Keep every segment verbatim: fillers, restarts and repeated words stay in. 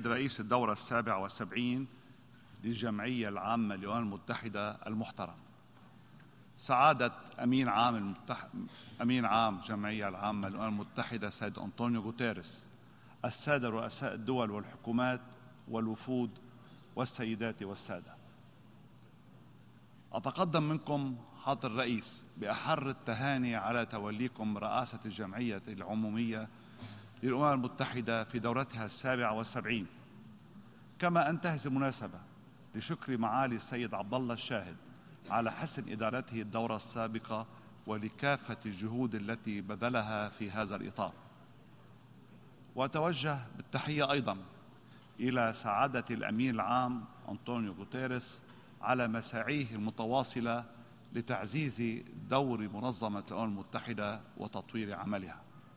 رئيس الدورة السابعة والسبعين للجمعية العامة للأمم المتحدة المحترم، سعادة أمين عام المتح... أمين عام الجمعية العامة للأمم المتحدة سيد أنطونيو غوتيريس، السادة رؤساء الدول والحكومات والوفود والسيدات والسادة، أتقدم منكم حضرة الرئيس بأحر التهاني على توليكم رئاسة الجمعية العمومية للأمم المتحدة في دورتها السابعة والسبعين. كما أنتهز المناسبة لشكر معالي السيد عبد الله الشاهد على حسن إدارته الدورة السابقة ولكافة الجهود التي بذلها في هذا الإطار. وأتوجه بالتحية أيضا إلى سعادة الأمين العام أنطونيو غوتيريس على مساعيه المتواصلة لتعزيز دور منظمة الأمم المتحدة وتطوير عملها.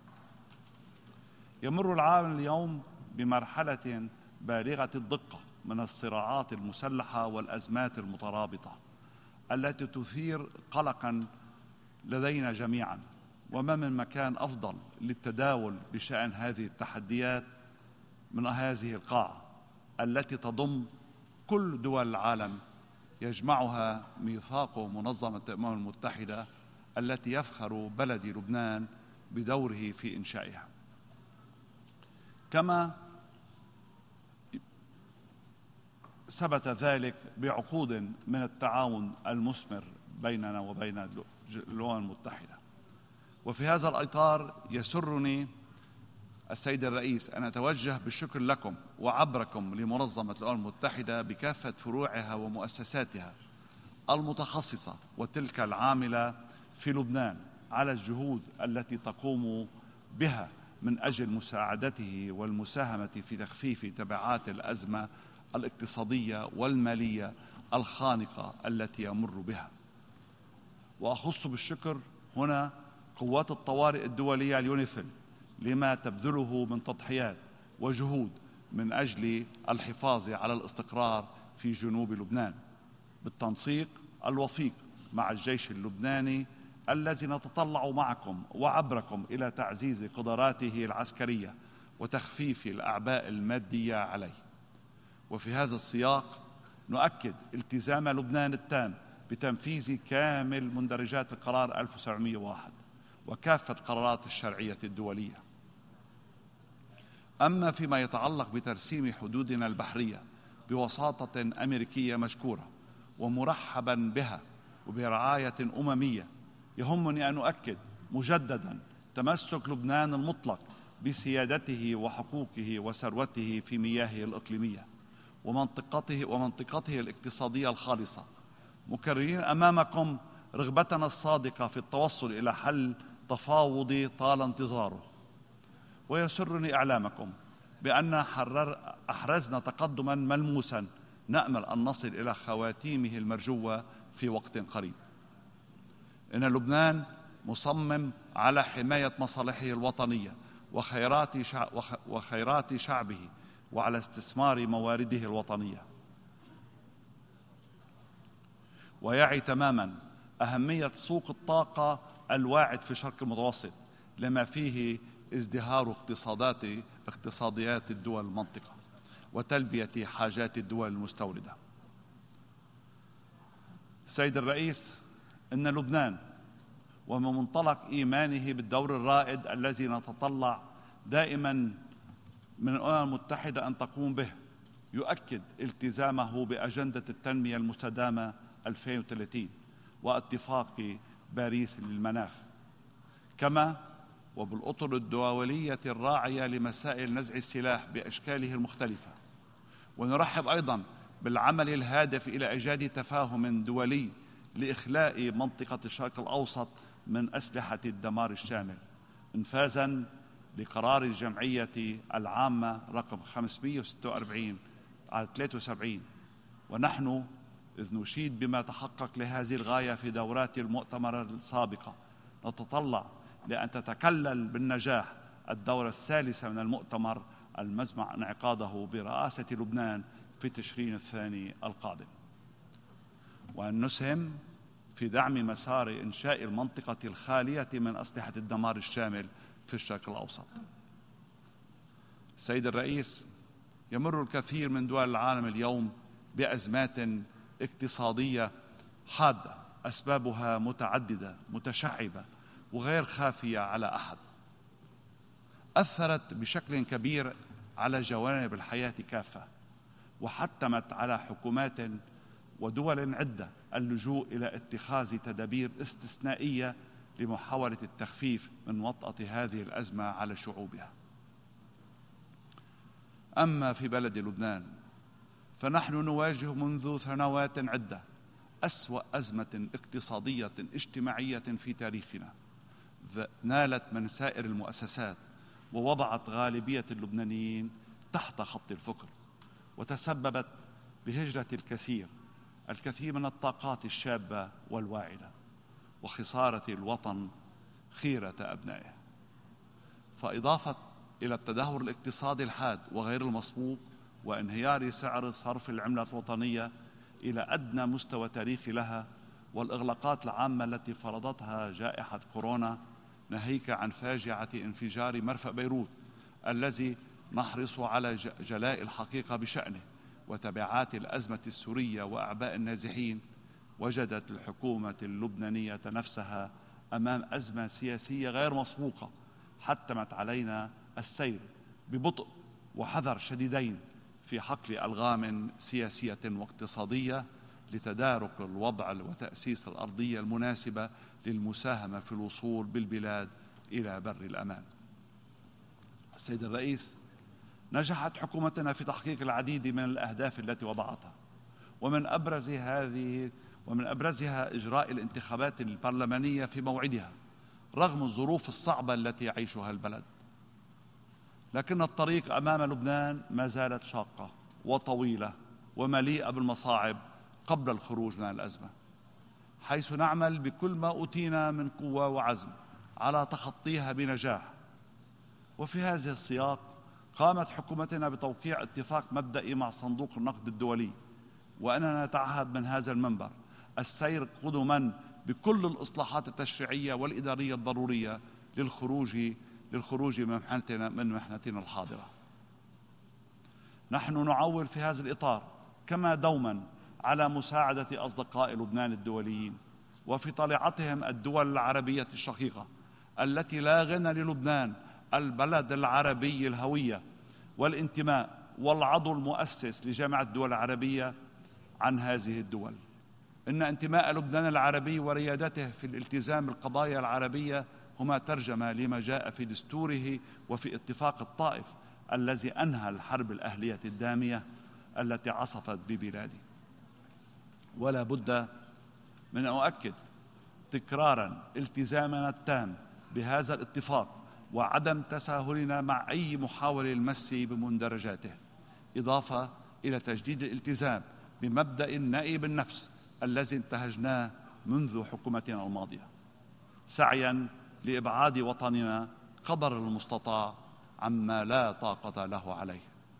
يمر العالم اليوم بمرحلة بالغة الدقة من الصراعات المسلحة والأزمات المترابطة التي تثير قلقا لدينا جميعا، وما من مكان أفضل للتداول بشأن هذه التحديات من هذه القاعة التي تضم كل دول العالم يجمعها ميثاق منظمة الأمم المتحدة التي يفخر بلدي لبنان بدوره في إنشائها. كما ثبت ذلك بعقود من التعاون المثمر بيننا وبين الأمم المتحدة. وفي هذا الإطار يسرني السيد الرئيس أن أتوجه بالشكر لكم وعبركم لمنظمة الأمم المتحدة بكافة فروعها ومؤسساتها المتخصصة وتلك العاملة في لبنان على الجهود التي تقوم بها من أجل مساعدته والمساهمة في تخفيف تبعات الأزمة الاقتصادية والمالية الخانقة التي يمر بها. وأخص بالشكر هنا قوات الطوارئ الدولية اليونيفيل لما تبذله من تضحيات وجهود من أجل الحفاظ على الاستقرار في جنوب لبنان بالتنسيق الوثيق مع الجيش اللبناني الذي نتطلع معكم وعبركم إلى تعزيز قدراته العسكرية وتخفيف الأعباء المادية عليه. وفي هذا السياق نؤكد التزام لبنان التام بتنفيذ كامل مندرجات القرار ألف وسبعمئة وواحد وكافة قرارات الشرعية الدولية. أما فيما يتعلق بترسيم حدودنا البحرية بوساطة أمريكية مشكورة ومرحبا بها وبرعاية أممية، يهمني أن أؤكد مجددا تمسك لبنان المطلق بسيادته وحقوقه وثروته في مياهه الإقليمية ومنطقته ومنطقته الاقتصادية الخالصة، مكررين أمامكم رغبتنا الصادقة في التوصل إلى حل تفاوضي طال انتظاره. ويسرني إعلامكم بأن حرر أحرزنا تقدما ملموسا نأمل أن نصل إلى خواتيمه المرجوة في وقت قريب. إن لبنان مصمم على حماية مصالحه الوطنية وخيرات شع... وخ... وخيرات شعبه وعلى استثمار موارده الوطنية، ويعي تماما أهمية سوق الطاقة الواعد في الشرق المتوسط لما فيه ازدهار اقتصادات اقتصاديات الدول المنطقة وتلبية حاجات الدول المستوردة. سيد الرئيس، إن لبنان ومن منطلق إيمانه بالدور الرائد الذي نتطلع دائما من الأمم المتحدة أن تقوم به، يؤكد التزامه بأجندة التنمية المستدامة ألفين وثلاثين واتفاق باريس للمناخ، كما وبالأطر الدولية الراعية لمسائل نزع السلاح بأشكاله المختلفة. ونرحب أيضا بالعمل الهادف إلى إيجاد تفاهم دولي لإخلاء منطقة الشرق الأوسط من أسلحة الدمار الشامل، انفاذا لقرار الجمعية العامة رقم خمسمئة وستة وأربعين على ثلاثة وسبعين. ونحن إذ نشيد بما تحقق لهذه الغاية في دورات المؤتمر السابقة، نتطلع لأن تتكلل بالنجاح الدورة الثالثة من المؤتمر المزمع انعقاده برئاسة لبنان في تشرين الثاني القادم، وأن نسهم في دعم مسار إنشاء المنطقة الخالية من أسلحة الدمار الشامل في الشرق الأوسط. سيد الرئيس، يمر الكثير من دول العالم اليوم بأزمات اقتصادية حادة أسبابها متعددة متشعبة وغير خافية على أحد، أثرت بشكل كبير على جوانب الحياة كافة، وحتمت على حكومات ودول عدة اللجوء إلى اتخاذ تدابير استثنائية لمحاولة التخفيف من وطأة هذه الأزمة على شعوبها. أما في بلد لبنان فنحن نواجه منذ سنوات عدة أسوأ أزمة اقتصادية اجتماعية في تاريخنا، نالت من سائر المؤسسات ووضعت غالبية اللبنانيين تحت خط الفقر، وتسببت بهجرة الكثير الكثير من الطاقات الشابة والواعدة وخسارة الوطن خيرة أبنائه. فإضافة إلى التدهور الاقتصادي الحاد وغير المسبوق وانهيار سعر صرف العملة الوطنية إلى أدنى مستوى تاريخي لها، والإغلاقات العامة التي فرضتها جائحة كورونا، ناهيك عن فاجعة انفجار مرفأ بيروت الذي نحرص على جلاء الحقيقة بشأنه وتبعات الأزمة السورية وأعباء النازحين، وجدت الحكومة اللبنانية نفسها أمام أزمة سياسية غير مسبوقة حتمت علينا السير ببطء وحذر شديدين في حقل ألغام سياسية واقتصادية لتدارك الوضع وتأسيس الأرضية المناسبة للمساهمة في الوصول بالبلاد إلى بر الأمان. السيد الرئيس، نجحت حكومتنا في تحقيق العديد من الأهداف التي وضعتها، ومن أبرز هذه ومن أبرزها إجراء الانتخابات البرلمانية في موعدها رغم الظروف الصعبة التي يعيشها البلد. لكن الطريق أمام لبنان ما زالت شاقة وطويلة ومليئة بالمصاعب قبل الخروج من الأزمة، حيث نعمل بكل ما أوتينا من قوة وعزم على تخطيها بنجاح. وفي هذا السياق قامت حكومتنا بتوقيع اتفاق مبدئي مع صندوق النقد الدولي، وأننا نتعهد من هذا المنبر السير قدما بكل الإصلاحات التشريعية والإدارية الضرورية للخروج للخروج من محنتنا من محنتنا الحاضرة. نحن نعول في هذا الإطار كما دوما على مساعدة أصدقاء لبنان الدوليين وفي طليعتهم الدول العربية الشقيقة التي لا غنى للبنان البلد العربي الهوية والانتماء والعضو المؤسس لجامعة الدول العربية عن هذه الدول. إن انتماء لبنان العربي وريادته في الالتزام بالقضايا العربية هما ترجمة لما جاء في دستوره وفي اتفاق الطائف الذي أنهى الحرب الأهلية الدامية التي عصفت ببلادي. ولا بد من أن أؤكد تكرارا التزامنا التام بهذا الاتفاق وعدم تساهلنا مع أي محاولة للمس بمندرجاته، إضافة إلى تجديد الالتزام بمبدأ النائب النفس الذي انتهجناه منذ حكومتنا الماضية، سعيا لإبعاد وطننا قدر المستطاع عما لا طاقة له عليه.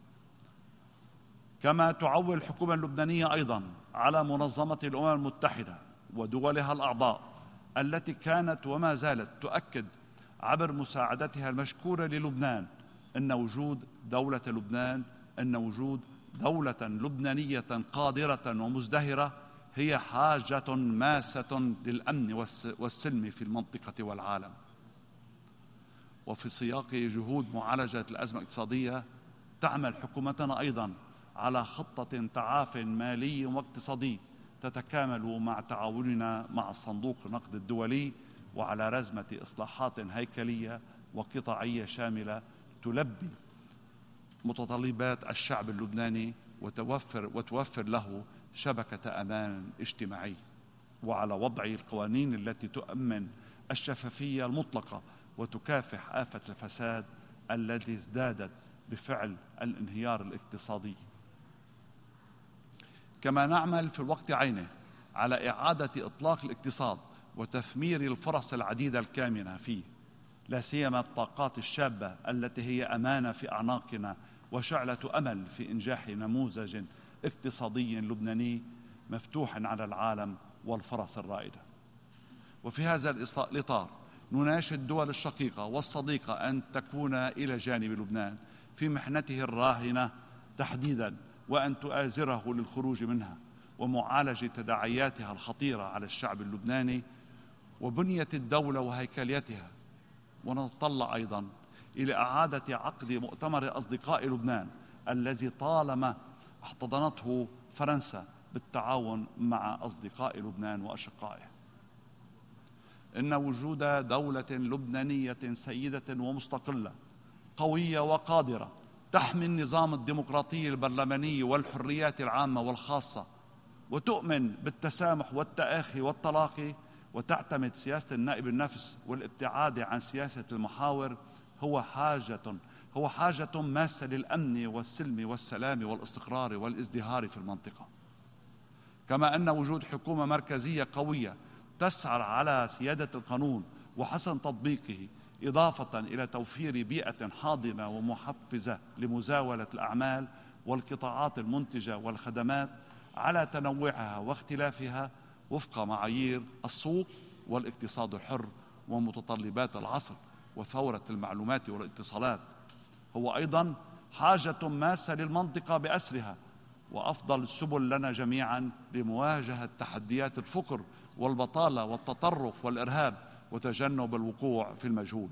كما تعول الحكومة اللبنانية أيضا على منظمة الأمم المتحدة ودولها الأعضاء التي كانت وما زالت تؤكد عبر مساعدتها المشكورة للبنان أن وجود دولة لبنان أن وجود دولة لبنانية قادرة ومزدهرة هي حاجة ماسة للأمن والسلم في المنطقة والعالم. وفي سياق جهود معالجة الأزمة الاقتصادية تعمل حكومتنا أيضا على خطة تعاف مالي واقتصادي تتكامل مع تعاوننا مع صندوق النقد الدولي وعلى رزمة إصلاحات هيكلية وقطاعية شاملة تلبي متطلبات الشعب اللبناني وتوفر وتوفر له شبكة أمان اجتماعي، وعلى وضع القوانين التي تؤمن الشفافية المطلقة وتكافح آفة الفساد التي ازدادت بفعل الانهيار الاقتصادي. كما نعمل في الوقت عينه على إعادة إطلاق الاقتصاد وتثمير الفرص العديدة الكامنة فيه، لا سيما الطاقات الشابة التي هي أمانة في أعناقنا وشعلة أمل في إنجاح نموذج اقتصادي لبناني مفتوح على العالم والفرص الرائدة. وفي هذا الإطار نناشد الدول الشقيقة والصديقة أن تكون إلى جانب لبنان في محنته الراهنة تحديدا، وأن تؤازره للخروج منها ومعالجة تداعياتها الخطيرة على الشعب اللبناني وبنية الدولة وهيكليتها. ونتطلع أيضا إلى إعادة عقد مؤتمر أصدقاء لبنان الذي طالما احتضنته فرنسا بالتعاون مع أصدقاء لبنان وأشقائه. إن وجود دولة لبنانية سيدة ومستقلة قوية وقادرة تحمي النظام الديمقراطي البرلماني والحريات العامة والخاصة، وتؤمن بالتسامح والتآخي والتلاقي، وتعتمد سياسة النائب النفس والابتعاد عن سياسة المحاور، هو حاجة هو حاجة ماسة للأمن والسلم والسلام والاستقرار والازدهار في المنطقة. كما أن وجود حكومة مركزية قوية تسعى على سيادة القانون وحسن تطبيقه، إضافة إلى توفير بيئة حاضنة ومحفزة لمزاولة الأعمال والقطاعات المنتجة والخدمات على تنوعها واختلافها وفق معايير السوق والاقتصاد الحر ومتطلبات العصر وثورة المعلومات والاتصالات، هو أيضا حاجة ماسة للمنطقة بأسرها، وأفضل السبل لنا جميعا لمواجهة تحديات الفقر والبطالة والتطرف والإرهاب وتجنب الوقوع في المجهول.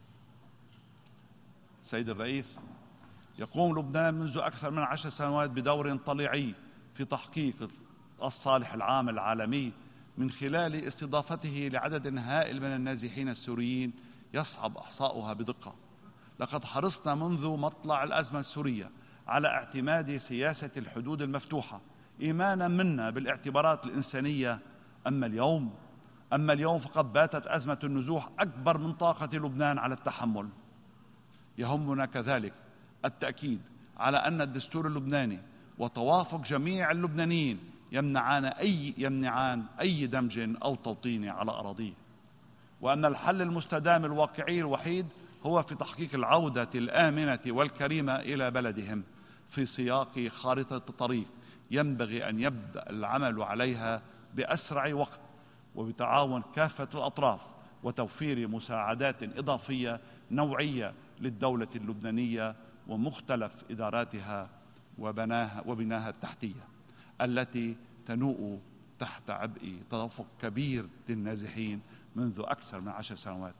سيد الرئيس، يقوم لبنان منذ أكثر من عشر سنوات بدور طليعي في تحقيق الصالح العام العالمي من خلال استضافته لعدد هائل من النازحين السوريين يصعب إحصاؤها بدقة. لقد حرصنا منذ مطلع الأزمة السورية على اعتماد سياسة الحدود المفتوحة إيمانا منا بالاعتبارات الإنسانية. أما اليوم أما اليوم فقد باتت أزمة النزوح أكبر من طاقة لبنان على التحمل. يهمنا كذلك التأكيد على أن الدستور اللبناني وتوافق جميع اللبنانيين يمنعان أي يمنعان أي دمج أو توطين على أراضيه، وأن الحل المستدام الواقعي الوحيد هو في تحقيق العودة الآمنة والكريمة إلى بلدهم في سياق خارطة طريق ينبغي أن يبدأ العمل عليها بأسرع وقت وبتعاون كافة الأطراف وتوفير مساعدات إضافية نوعية للدولة اللبنانية ومختلف إداراتها وبناها وبناها التحتية التي تنوء تحت عبء تدفق كبير للنازحين منذ أكثر من عشر سنوات.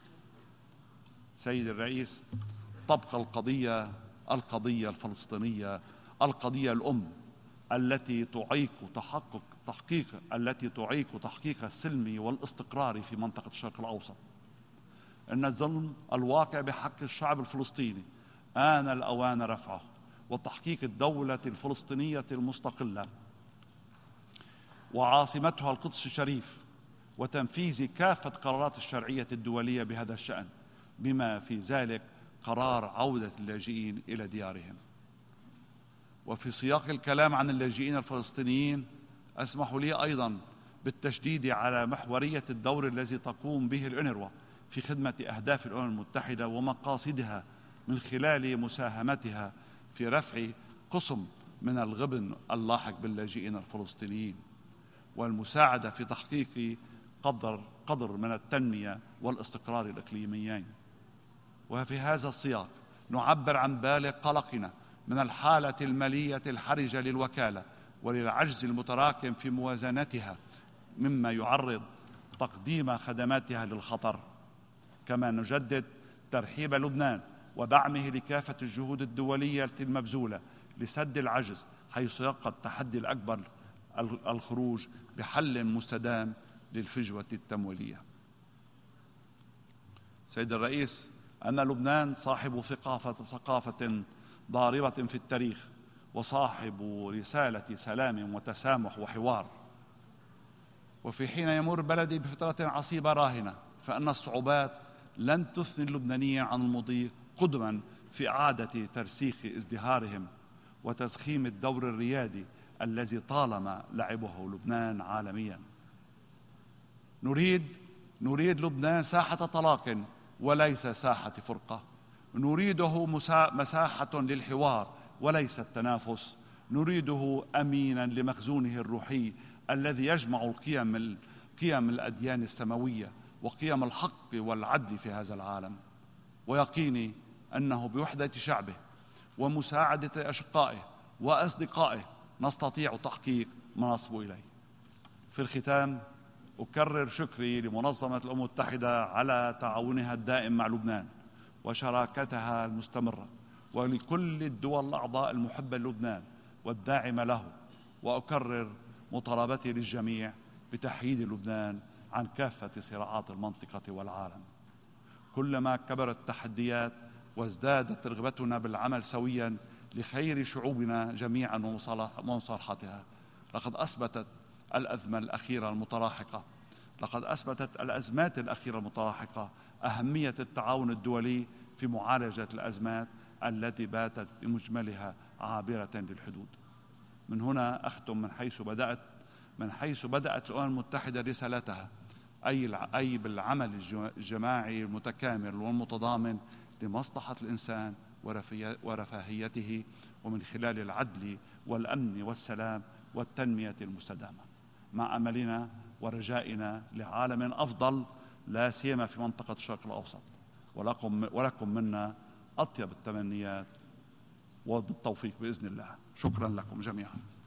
سيد الرئيس، تبقى القضية القضية الفلسطينية القضية الأم التي تعيق تحقق تحقيق التي تعيق تحقيق السلم والاستقرار في منطقة الشرق الأوسط. إن الظلم الواقع بحق الشعب الفلسطيني آن الأوان رفعه وتحقيق الدولة الفلسطينية المستقلة وعاصمتها القدس الشريف، وتنفيذ كافة قرارات الشرعية الدولية بهذا الشأن، بما في ذلك قرار عودة اللاجئين إلى ديارهم. وفي سياق الكلام عن اللاجئين الفلسطينيين أسمحوا لي أيضا بالتشديد على محورية الدور الذي تقوم به الأونروا في خدمة أهداف الأمم المتحدة ومقاصدها من خلال مساهمتها في رفع قسم من الغبن اللاحق باللاجئين الفلسطينيين والمساعدة في تحقيق قدر قدر من التنمية والاستقرار الإقليميين. وفي هذا السياق نعبر عن بالغ قلقنا من الحالة المالية الحرجة للوكالة وللعجز المتراكم في موازنتها، مما يعرض تقديم خدماتها للخطر. كما نجدد ترحيب لبنان ودعمه لكافة الجهود الدولية المبذولة لسد العجز، حيث يبقى التحدي الأكبر الخروج بحل مستدام للفجوة التمويلية. سيد الرئيس، أن لبنان صاحب ثقافة ثقافة ضاربة في التاريخ وصاحب رسالة سلام وتسامح وحوار. وفي حين يمر بلدي بفترة عصيبة راهنة، فإن الصعوبات لن تثني اللبنانيين عن المضي قدما في إعادة ترسيخ ازدهارهم وتزخيم الدور الريادي الذي طالما لعبه لبنان عالميا. نريد نريد لبنان ساحة طلاق وليس ساحة فرقة. نريده مساحة للحوار وليس التنافس. نريده أمينا لمخزونه الروحي الذي يجمع القيم قيم الأديان السماوية وقيم الحق والعدل في هذا العالم. ويقيني أنه بوحدة شعبه ومساعدة أشقائه وأصدقائه نستطيع تحقيق ما نصبو إليه. في الختام أكرر شكري لمنظمة الأمم المتحدة على تعاونها الدائم مع لبنان وشراكتها المستمرة، ولكل الدول الأعضاء المحبة للبنان والداعمة له، وأكرر مطالبتي للجميع بتحييد لبنان عن كافة صراعات المنطقة والعالم. كلما كبرت التحديات وازدادت رغبتنا بالعمل سويا لخير شعوبنا جميعا ومصالحتها، لقد أثبتت الأزمة الأخيرة المتلاحقة لقد أثبتت الأزمات الأخيرة المتلاحقة أهمية التعاون الدولي في معالجة الأزمات التي باتت بمجملها عابرة للحدود. من هنا أختم من حيث بدأت من حيث بدأت الأمم المتحدة رسالتها، أي أي بالعمل الجماعي المتكامل والمتضامن لمصلحة الإنسان ورفاهيته، ومن خلال العدل والأمن والسلام والتنمية المستدامة، مع أملنا ورجائنا لعالم أفضل لا سيما في منطقة الشرق الأوسط. ولكم ولكم منا أطيب التمنيات وبالتوفيق بإذن الله. شكرا لكم جميعا.